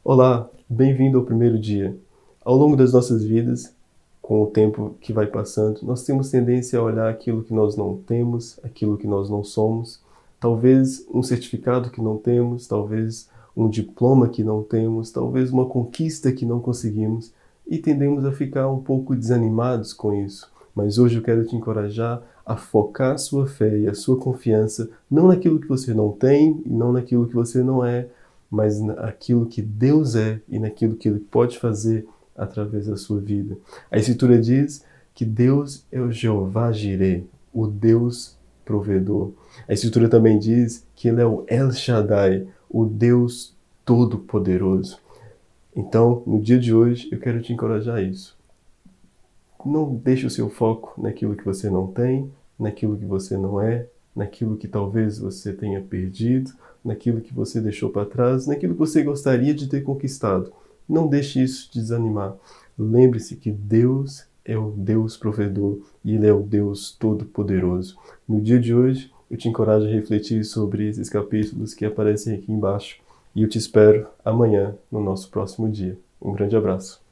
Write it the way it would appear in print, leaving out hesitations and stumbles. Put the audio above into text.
Olá, bem-vindo ao primeiro dia. Ao longo das nossas vidas, com o tempo que vai passando, nós temos tendência a olhar aquilo que nós não temos, aquilo que nós não somos, talvez um certificado que não temos, talvez um diploma que não temos, talvez uma conquista que não conseguimos, e tendemos a ficar um pouco desanimados com isso. Mas hoje eu quero te encorajar a focar a sua fé e a sua confiança não naquilo que você não tem e não naquilo que você não é, mas naquilo que Deus é e naquilo que Ele pode fazer através da sua vida. A Escritura diz que Deus é o Jeová Jireh, o Deus provedor. A Escritura também diz que Ele é o El Shaddai, o Deus Todo-Poderoso. Então, no dia de hoje, eu quero te encorajar a isso. Não deixe o seu foco naquilo que você não tem, naquilo que você não é, naquilo que talvez você tenha perdido, naquilo que você deixou para trás, naquilo que você gostaria de ter conquistado. Não deixe isso te desanimar. Lembre-se que Deus é o Deus provedor e Ele é o Deus Todo-Poderoso. No dia de hoje, eu te encorajo a refletir sobre esses capítulos que aparecem aqui embaixo e eu te espero amanhã no nosso próximo dia. Um grande abraço.